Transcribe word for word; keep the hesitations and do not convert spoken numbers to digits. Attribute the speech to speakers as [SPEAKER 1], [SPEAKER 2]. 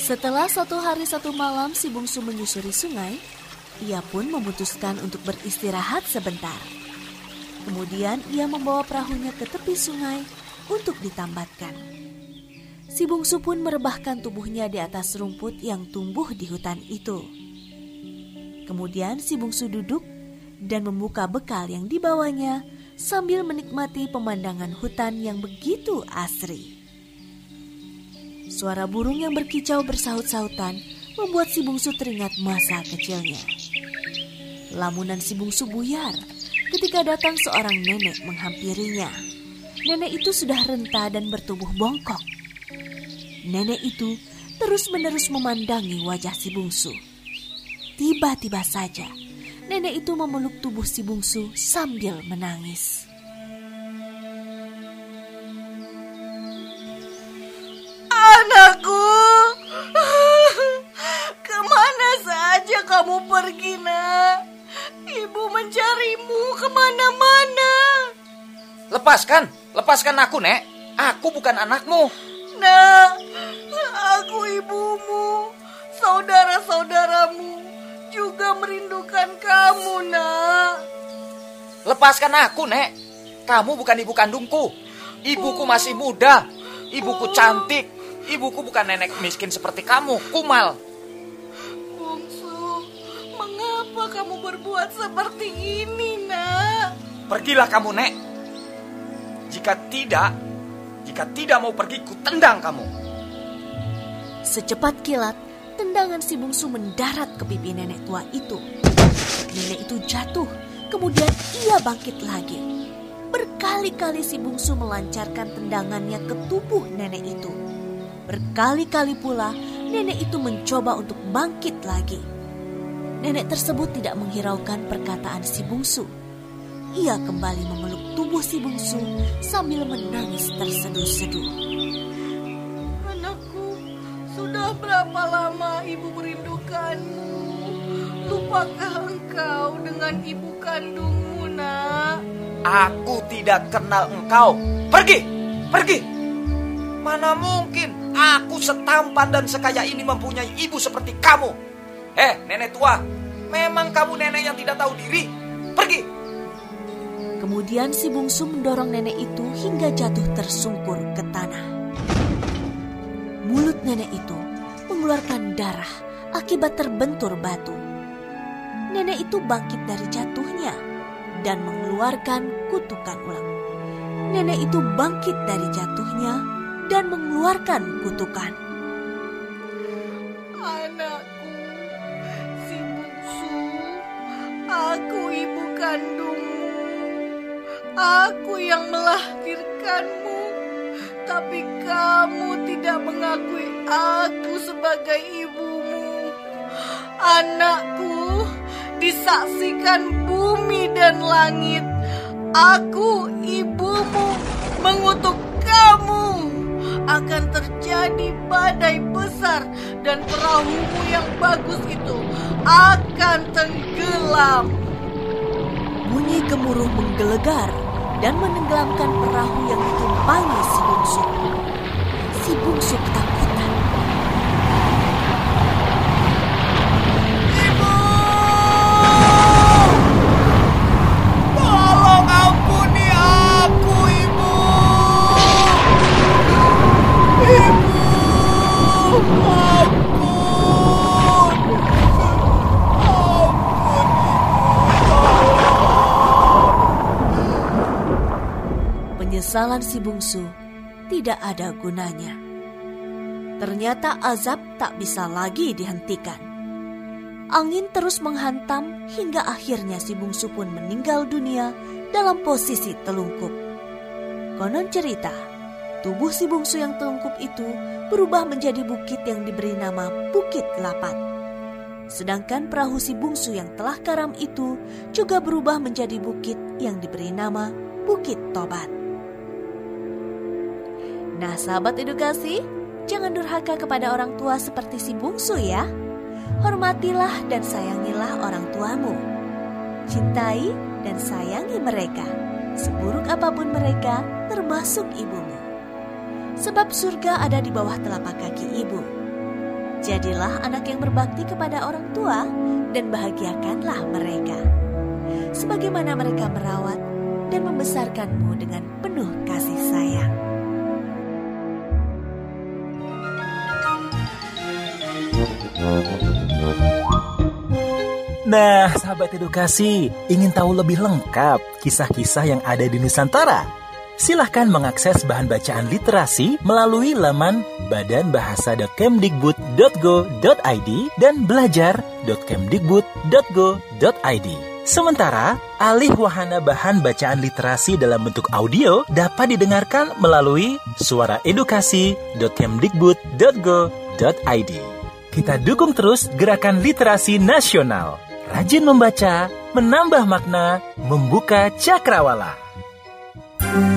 [SPEAKER 1] Setelah satu hari satu malam si bungsu menyusuri sungai, ia pun memutuskan untuk beristirahat sebentar. Kemudian ia membawa perahunya ke tepi sungai untuk ditambatkan. Si bungsu pun merebahkan tubuhnya di atas rumput yang tumbuh di hutan itu. Kemudian si bungsu duduk dan membuka bekal yang dibawanya sambil menikmati pemandangan hutan yang begitu asri. Suara burung yang berkicau bersaut-sautan membuat si bungsu teringat masa kecilnya. Lamunan si bungsu buyar ketika datang seorang nenek menghampirinya. Nenek itu sudah renta dan bertubuh bongkok. Nenek itu terus-menerus memandangi wajah si bungsu. Tiba-tiba saja, nenek itu memeluk tubuh si bungsu sambil menangis.
[SPEAKER 2] Anakku, kemana saja kamu pergi, nak? Ibu mencarimu kemana-mana.
[SPEAKER 3] Lepaskan, lepaskan aku, Nek. Aku bukan anakmu.
[SPEAKER 2] Nak, aku ibumu. Saudara-saudaramu juga merindukan kamu, nak.
[SPEAKER 3] Lepaskan aku, Nek. Kamu bukan ibu kandungku. Ibuku masih muda. Ibuku cantik. Ibuku bukan nenek miskin seperti kamu, Kumal.
[SPEAKER 2] Bungsu, mengapa kamu berbuat seperti ini, nak?
[SPEAKER 3] Pergilah kamu, Nek. Jika tidak, jika tidak mau pergi, ku tendang kamu.
[SPEAKER 1] Secepat kilat, tendangan si bungsu mendarat ke pipi nenek tua itu. Nenek itu jatuh, kemudian ia bangkit lagi. Berkali-kali si bungsu melancarkan tendangannya ke tubuh nenek itu. Berkali-kali pula nenek itu mencoba untuk bangkit lagi. Nenek tersebut tidak menghiraukan perkataan si bungsu. Ia kembali memeluk tubuh si bungsu sambil menangis terseduh-seduh.
[SPEAKER 2] Anakku, sudah berapa lama ibu merindukanmu? Lupakah engkau dengan ibu kandungmu, nak?
[SPEAKER 3] Aku tidak kenal engkau. Pergi, pergi. Mana mungkin aku setampan dan sekaya ini mempunyai ibu seperti kamu. Eh, nenek tua, memang kamu nenek yang tidak tahu diri. Pergi.
[SPEAKER 1] Kemudian si bungsu mendorong nenek itu hingga jatuh tersungkur ke tanah. Mulut nenek itu mengeluarkan darah akibat terbentur batu. Nenek itu bangkit dari jatuhnya dan mengeluarkan kutukan ulang. Nenek itu bangkit dari jatuhnya dan mengeluarkan kutukan.
[SPEAKER 2] Anakku, si bungsu, aku ibu kandungmu. Aku yang melahirkanmu, tapi kamu tidak mengakui aku sebagai ibumu. Anakku, disaksikan bumi dan langit, aku ibumu mengutuk kamu. Akan terjadi badai besar dan perahumu yang bagus itu akan tenggelam.
[SPEAKER 1] Bunyi gemuruh menggelegar dan menenggelamkan perahu yang ditumpangi si bungsu. Si bungsu ketakutan.
[SPEAKER 2] Ibu! Tolong ampuni aku, Ibu! Ibu! Ampun! Ampun,
[SPEAKER 1] Penyesalan si bungsu tidak ada gunanya. Ternyata azab tak bisa lagi dihentikan. Angin terus menghantam hingga akhirnya si bungsu pun meninggal dunia dalam posisi telungkup. Konon cerita, tubuh si bungsu yang telungkup itu berubah menjadi bukit yang diberi nama Bukit Lapat. Sedangkan perahu si bungsu yang telah karam itu juga berubah menjadi bukit yang diberi nama Bukit Tobat. Nah, sahabat edukasi, jangan durhaka kepada orang tua seperti si bungsu ya. Hormatilah dan sayangilah orang tuamu. Cintai dan sayangi mereka, seburuk apapun mereka, termasuk ibumu. Sebab surga ada di bawah telapak kaki ibu. Jadilah anak yang berbakti kepada orang tua dan bahagiakanlah mereka, sebagaimana mereka merawat dan membesarkanmu dengan penuh kasih sayang.
[SPEAKER 4] Nah, sahabat edukasi, ingin tahu lebih lengkap kisah-kisah yang ada di Nusantara? Silahkan mengakses bahan bacaan literasi melalui laman badan bahasa dot kemdikbud dot go dot i d dan belajar dot kemdikbud dot go dot i d. Sementara, alih wahana bahan bacaan literasi dalam bentuk audio dapat didengarkan melalui suara edukasi dot kemdikbud dot go dot i d. Kita dukung terus gerakan literasi nasional. Rajin membaca, menambah makna, membuka cakrawala.